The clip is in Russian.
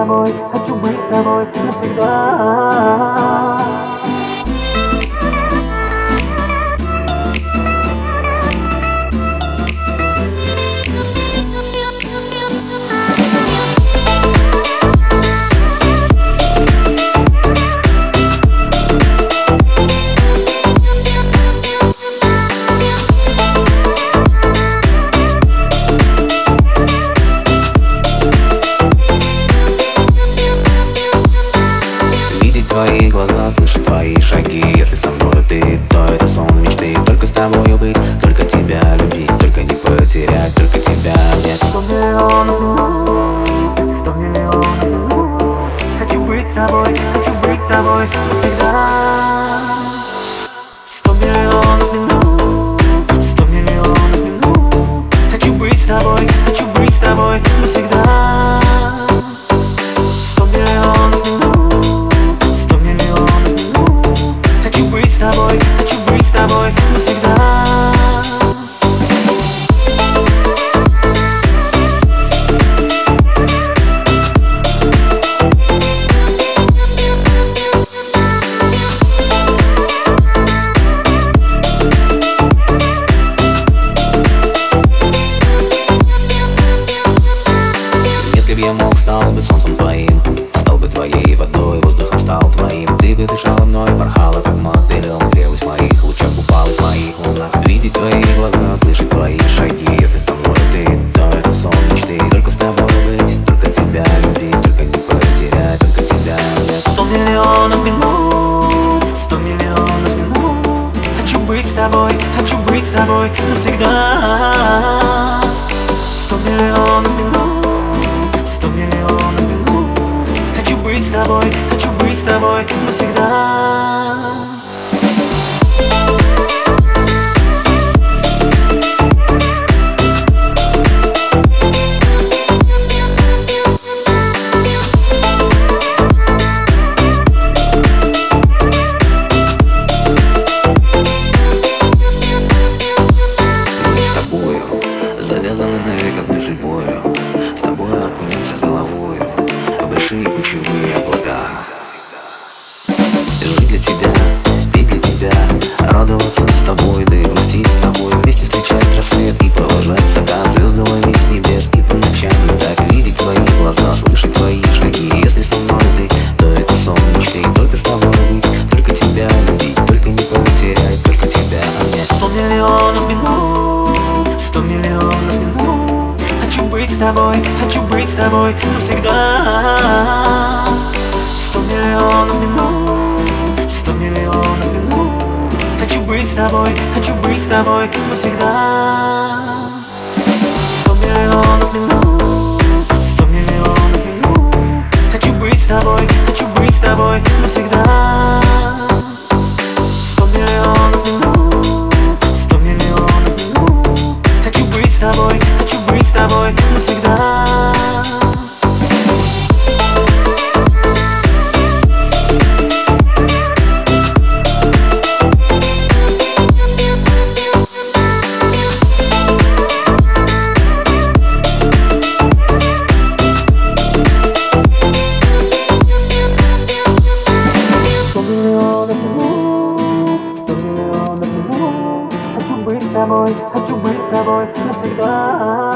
тобой, хочу быть с тобой навсегда. Твои глаза, слышать твои шаги. Если со мной ты, то это сон мечты. Только с тобою быть, только тебя любить, только не потерять, только тебя обнять. 100 миллионов минут, 100 миллионов минут. Хочу быть с тобой навсегда. 100 миллионов минут, 100 миллионов минут. Хочу быть с тобой навсегда. 100 миллионов минут, 100 миллионов минут. Хочу быть с тобой навсегда. Я мог, стал бы солнцем твоим, стал бы твоей водой, воздухом стал твоим. Ты бы дышала мной, порхала как мотылем, грелась в моих лучах, купалась в моих волнах. Видеть твои глаза, слышать твои шаги. Если со мной ты, то это сон мечты. Только с тобой быть, только тебя любить, только не потерять, только тебя обнять. 100 миллионов минут, 100 миллионов минут. Хочу быть с тобой навсегда. 100 миллионов минут, 100 миллионов минут. Хочу быть с тобой навсегда. Завязаны навек одной судьбою. С тобой окунемся с головою в большие ключевые облака. Жить для тебя, петь для тебя, радоваться с тобой, да и грустить с тобой. Вместе встречать рассвет и провожать закат, звезды ловить с небес и по ночам летать. Видеть твои глаза, слышать твои шаги. Если со мной ты, то это сон мечты. Только с тобой быть, только тебя любить, только не потерять, только тебя обнять. 100 миллионов минут, 100 миллионов минут. Хочу быть с тобой навсегда. 100 миллионов минут, 100 миллионов минут. Хочу быть с тобой навсегда. 100 миллионов минут, 100 миллионов минут. Хочу быть с тобой навсегда. 100 миллионов минут, 100 миллионов минут. Хочу быть с тобой навсегда. Хочу быть с тобой навсегда.